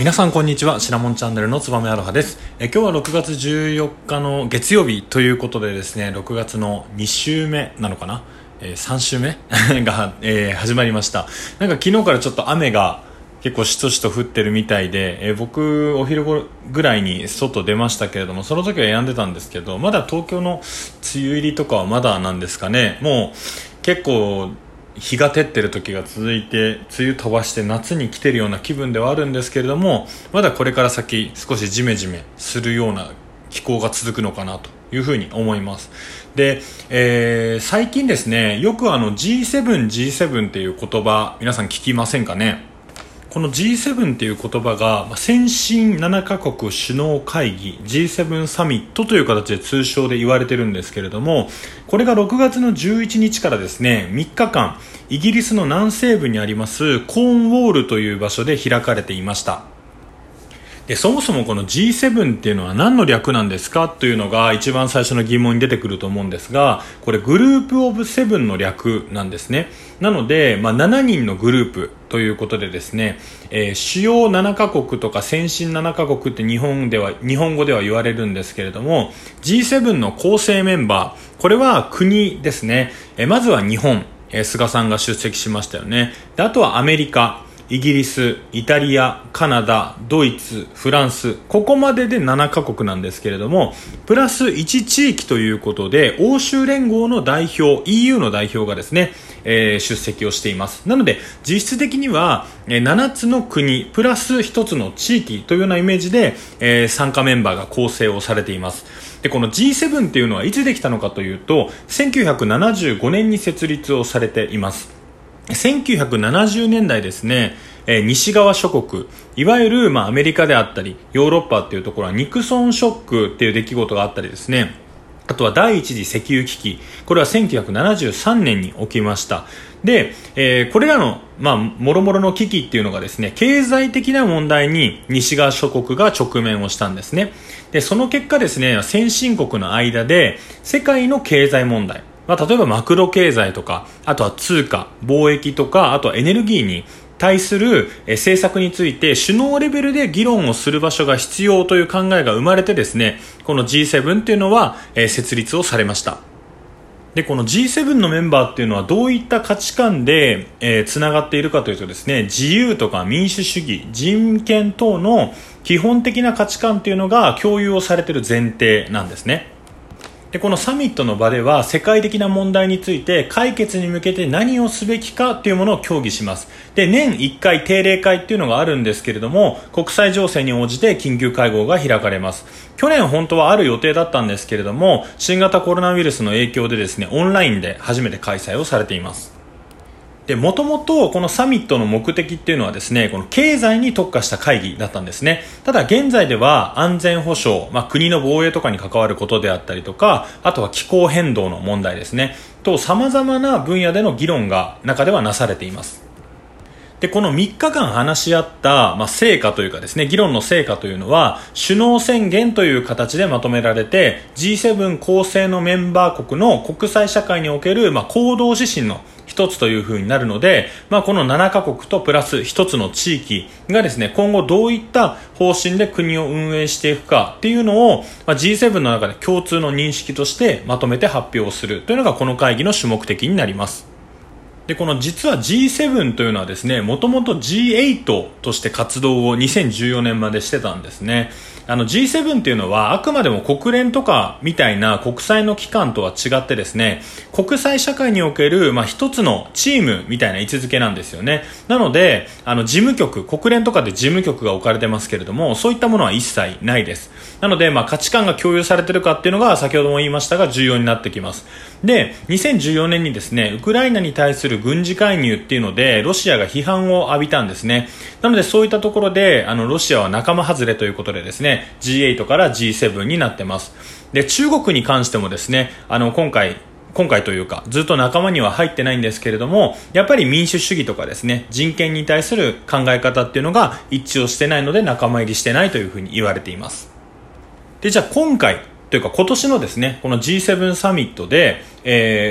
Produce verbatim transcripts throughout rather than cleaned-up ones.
皆さんこんにちは。シナモンチャンネルのつばめアロハです。え今日はろくがつじゅうよっかの月曜日ということでですね、ろくがつのに週目なのかな、えー、さん週目が、えー、始まりました。なんか昨日からちょっと雨が結構しとしと降ってるみたいで、えー、僕お昼頃ぐらいに外出ましたけれども、その時は止んでたんですけど、まだ東京の梅雨入りとかはまだなんですかね。もう結構日が照ってる時が続いて、梅雨飛ばして夏に来てるような気分ではあるんですけれども、まだこれから先少しジメジメするような気候が続くのかなというふうに思います。で、えー、最近ですね、よくあの ジーセブン、ジーセブン っていう言葉皆さん聞きませんかね。この ジーセブン っていう言葉が先進ななカ国首脳会議 ジーセブン サミットという形で通称で言われてるんですけれども、これがろくがつのじゅういちにちからですねみっかかんイギリスの南西部にありますコーンウォールという場所で開かれていました。でそもそもこの ジーセブン っていうのは何の略なんですかというのが一番最初の疑問に出てくると思うんですが、これグループオブセブンの略なんですね。なので、まあ、しちにんのグループということでですね、えー、主要ななカ国とか先進ななカ国って日本では日本語では言われるんですけれども、 ジーセブン の構成メンバー、これは国ですね。えー、まずは日本、えー、菅さんが出席しましたよね。であとはアメリカ、イギリス、イタリア、カナダ、ドイツ、フランス、ここまででななカ国なんですけれども、プラスいち地域ということで欧州連合の代表、 イーユー の代表がですね、えー、出席をしています。なので実質的には、えー、ななつの国プラスひとつの地域というようなイメージで、えー、参加メンバーが構成をされています。でこの ジーセブン っていうのはいつできたのかというと、せんきゅうひゃくななじゅうごねんに設立をされています。せんきゅうひゃくななじゅうねんだいですね、えー、西側諸国、いわゆる、まあ、アメリカであったりヨーロッパっていうところはニクソンショックっていう出来事があったりですね、あとは第一次石油危機、これはせんきゅうひゃくななじゅうさんねんに起きました。で、えー、これらのまあ諸々の危機っていうのがですね、経済的な問題に西側諸国が直面をしたんですね。でその結果ですね、先進国の間で世界の経済問題、まあ、例えばマクロ経済とか、あとは通貨、貿易とか、あとはエネルギーに対する政策について首脳レベルで議論をする場所が必要という考えが生まれてですね、この ジーセブン っていうのは設立をされました。でこの ジーセブン のメンバーっていうのはどういった価値観で、えー、つながっているかというとですね、自由とか民主主義、人権等の基本的な価値観っていうのが共有をされている前提なんですね。でこのサミットの場では世界的な問題について解決に向けて何をすべきかというものを協議します。で年いっかい定例会っていうのがあるんですけれども、国際情勢に応じて緊急会合が開かれます。去年本当はある予定だったんですけれども、新型コロナウイルスの影響でですね、オンラインで初めて開催をされています。でもともとこのサミットの目的っていうのはですね、この経済に特化した会議だったんですね。ただ現在では安全保障、まあ、国の防衛とかに関わることであったりとか、あとは気候変動の問題ですねと、様々な分野での議論が中ではなされています。でこのみっかかん話し合った、まあ、成果というかですね、議論の成果というのは首脳宣言という形でまとめられて、 ジーセブン 構成のメンバー国の国際社会における、まあ、行動指針の一つという風になるので、まあ、このななカ国とプラス一つの地域がですね、今後どういった方針で国を運営していくかっていうのを、まあ、ジーセブン の中で共通の認識としてまとめて発表するというのがこの会議の主目的になります。でこの実は ジーセブン というのはですね、もともと ジーエイト として活動をにせんじゅうよねんまでしてたんですね。あの ジーセブン っていうのはあくまでも国連とかみたいな国際の機関とは違ってですね、国際社会における、まあ、一つのチームみたいな位置づけなんですよね。なのであの事務局、国連とかで事務局が置かれてますけれども、そういったものは一切ないです。なので、まあ、価値観が共有されているかっていうのが先ほども言いましたが重要になってきます。でにせんじゅうよねんにですね、ウクライナに対する軍事介入っていうのでロシアが批判を浴びたんですね。なのでそういったところであのロシアは仲間外れということでですね、 ジーエイト から ジーセブン になってます。で中国に関してもですね、あの今回今回というかずっと仲間には入ってないんですけれども、やっぱり民主主義とかですね、人権に対する考え方っていうのが一致をしてないので仲間入りしてないというふうに言われています。でじゃあ今回というか今年のですね、この ジーセブン サミットで、えー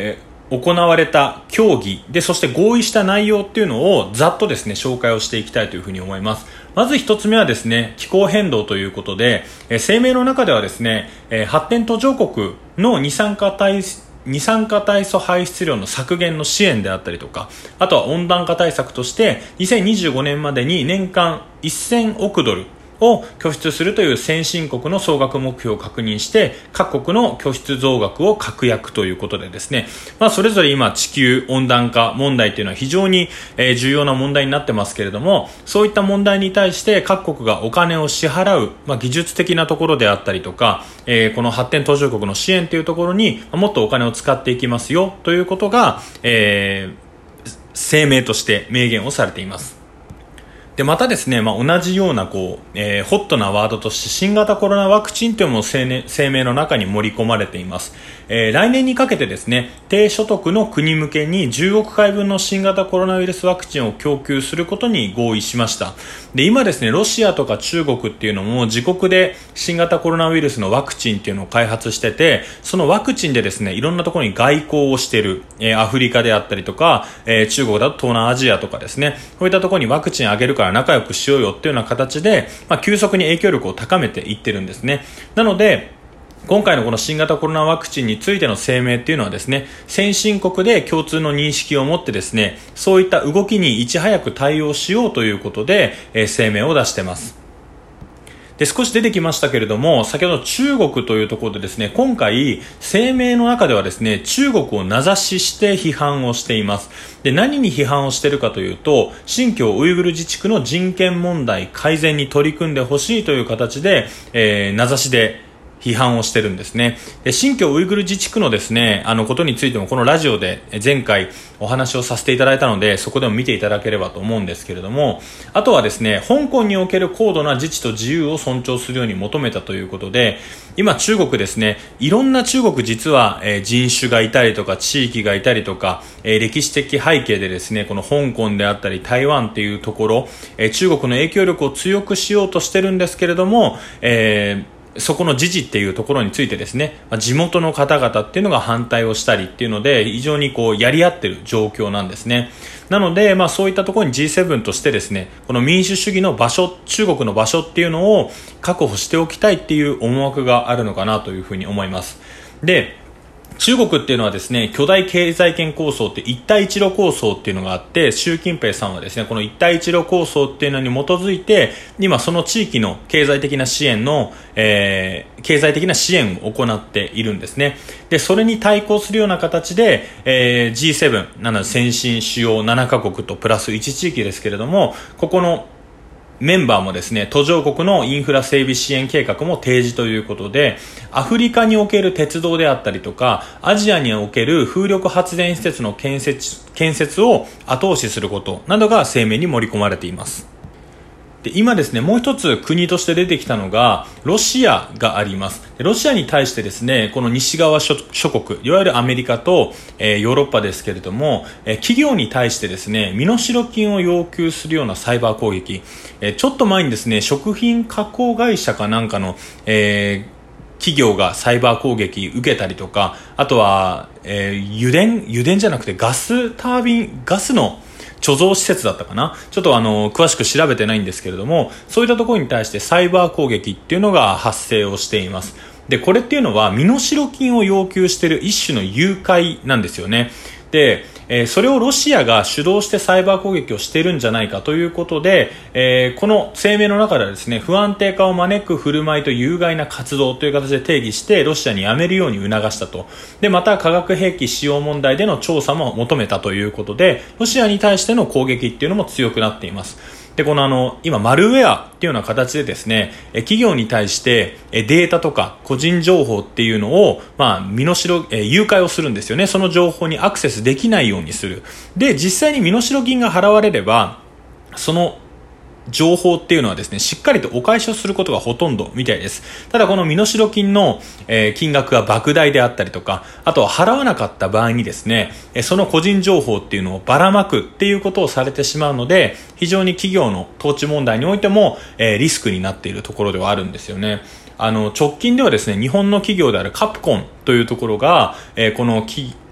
行われた協議で、そして合意した内容っていうのをざっとですね、紹介をしていきたいというふうに思います。まず一つ目はですね、気候変動ということで、えー、声明の中ではですね、えー、発展途上国の二酸化炭二酸化炭素排出量の削減の支援であったりとか、あとは温暖化対策としてにせんにじゅうごねんまでに年間せんおくドルを拠出するという先進国の総額目標を確認して、各国の拠出増額を確約ということでですね、まあそれぞれ今地球温暖化問題というのは非常に重要な問題になってますけれども、そういった問題に対して各国がお金を支払う、まあ、技術的なところであったりとか、えー、この発展途上国の支援というところにもっとお金を使っていきますよということが、えー、声明として明言をされています。でまたですね、まあ、同じようなこう、えー、ホットなワードとして新型コロナワクチンというのも声明の中に盛り込まれています。えー、来年にかけてですね、低所得の国向けにじゅうおくかいぶんの新型コロナウイルスワクチンを供給することに合意しました。で今ですね、ロシアとか中国っていうのも自国で新型コロナウイルスのワクチンっていうのを開発してて、そのワクチンでですね、いろんなところに外交をしている、えー、アフリカであったりとか、えー、中国だと東南アジアとかですね、こういったところにワクチンあげるから仲良くしようよっていうような形で、まあ、急速に影響力を高めていってるんですね。なので今回のこの新型コロナワクチンについての声明っていうのはですね、先進国で共通の認識を持ってですね、そういった動きにいち早く対応しようということで、えー、声明を出しています。で少し出てきましたけれども、先ほど中国というところでですね、今回声明の中ではですね、中国を名指しして批判をしています。で何に批判をしているかというと、新疆ウイグル自治区の人権問題改善に取り組んでほしいという形で、えー、名指しで批判をしてるんですね。で新疆ウイグル自治区のですね、あのことについてもこのラジオで前回お話をさせていただいたので、そこでも見ていただければと思うんですけれども、あとはですね、香港における高度な自治と自由を尊重するように求めたということで、今中国ですね、いろんな中国実は、えー、人種がいたりとか地域がいたりとか、えー、歴史的背景でですね、この香港であったり台湾っていうところ、えー、中国の影響力を強くしようとしてるんですけれども、えーそこの自治っていうところについてですね、地元の方々っていうのが反対をしたりっていうので、非常にこうやり合ってる状況なんですね。なので、まあそういったところに ジーセブン としてですね、この民主主義の場所、中国の場所っていうのを確保しておきたいっていう思惑があるのかなというふうに思います。で、中国っていうのはですね、巨大経済圏構想って一帯一路構想っていうのがあって、習近平さんはですね、この一帯一路構想っていうのに基づいて、今その地域の経済的な支援の、えー、経済的な支援を行っているんですね。で、それに対抗するような形で、えー、ジーセブン、なので先進主要ななカ国とプラスいち地域ですけれども、ここのメンバーもですね、途上国のインフラ整備支援計画も提示ということで、アフリカにおける鉄道であったりとか、アジアにおける風力発電施設の建設、建設を後押しすることなどが声明に盛り込まれています。で今ですね、もう一つ国として出てきたのがロシアがあります。ロシアに対してですね、この西側諸国、いわゆるアメリカと、えー、ヨーロッパですけれども、えー、企業に対してですね、身代金を要求するようなサイバー攻撃、えー、ちょっと前にですね、食品加工会社かなんかの、えー、企業がサイバー攻撃受けたりとか、あとは、えー、油田、油田じゃなくてガスタービン、ガスの貯蔵施設だったかな、ちょっとあの詳しく調べてないんですけれども、そういったところに対してサイバー攻撃っていうのが発生をしています。でこれっていうのは身代金を要求している一種の誘拐なんですよね。で、えー、それをロシアが主導してサイバー攻撃をしているんじゃないかということで、えー、この声明の中ではですね、不安定化を招く振る舞いと有害な活動という形で定義してロシアにやめるように促したと。でまた化学兵器使用問題での調査も求めたということで、ロシアに対しての攻撃っていうのも強くなっています。でこのあの今マルウェアっていうような形でですね、企業に対してデータとか個人情報っていうのをまあ身代誘拐をするんですよね。その情報にアクセスできないようにする。で実際に身代金が払われればその情報っていうのはですね、しっかりとお返しをすることがほとんどみたいです。ただこの身代金の、えー、金額が莫大であったりとか、あとは払わなかった場合にですね、その個人情報っていうのをばらまくっていうことをされてしまうので、非常に企業の統治問題においても、えー、リスクになっているところではあるんですよね。あの直近ではですね、日本の企業であるカプコンというところが、えー、この企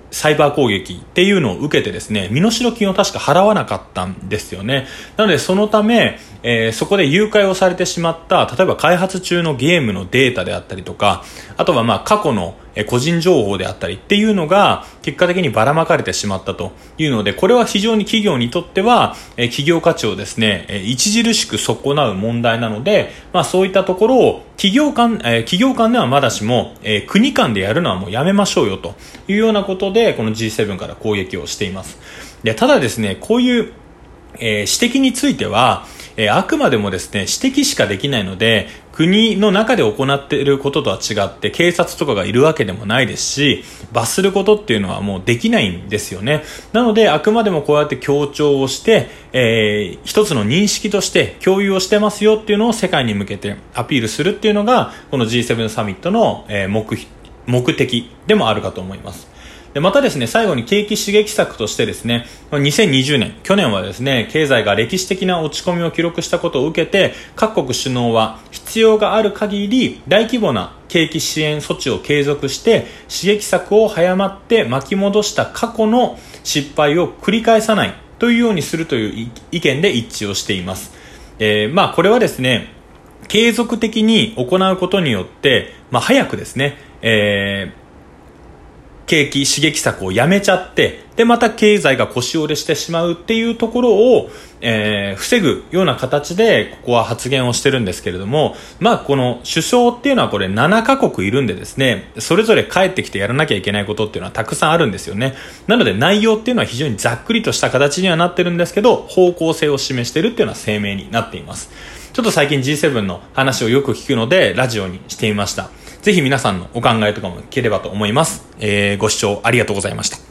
サイバー攻撃っていうのを受けてですね、身代金を確か払わなかったんですよね。なのでそのため、えー、そこで誘拐をされてしまった、例えば開発中のゲームのデータであったりとか、あとはまあ過去の個人情報であったりっていうのが結果的にばらまかれてしまったというので、これは非常に企業にとっては企業価値をですね著しく損なう問題なので、まあそういったところを企業間、企業間ではまだしも国間でやるのはもうやめましょうよというようなことで、この ジーセブン から攻撃をしています。で、ただですね、こういうえー、指摘については、えー、あくまでもですね指摘しかできないので、国の中で行っていることとは違って警察とかがいるわけでもないですし、罰することっていうのはもうできないんですよね。なのであくまでもこうやって強調をして、えー、一つの認識として共有をしてますよっていうのを世界に向けてアピールするっていうのがこの ジーセブン サミットの、えー、目, 目的でもあるかと思います。でまたですね、最後に景気刺激策としてですね、にせんにじゅうねん、去年はですね、経済が歴史的な落ち込みを記録したことを受けて、各国首脳は必要がある限り大規模な景気支援措置を継続して、刺激策を早まって巻き戻した過去の失敗を繰り返さないというようにするという意見で一致をしています。えー、まあこれはですね、継続的に行うことによって、まあ早くですね、えー景気刺激策をやめちゃって、でまた経済が腰折れしてしまうっていうところを、えー、防ぐような形でここは発言をしてるんですけれども、まあこの首相っていうのはこれななカ国いるんでですね、それぞれ帰ってきてやらなきゃいけないことっていうのはたくさんあるんですよね。なので内容っていうのは非常にざっくりとした形にはなってるんですけど、方向性を示してるっていうのは声明になっています。ちょっと最近 ジーセブン の話をよく聞くのでラジオにしてみました。ぜひ皆さんのお考えとかも聞ければと思います。えー、ご視聴ありがとうございました。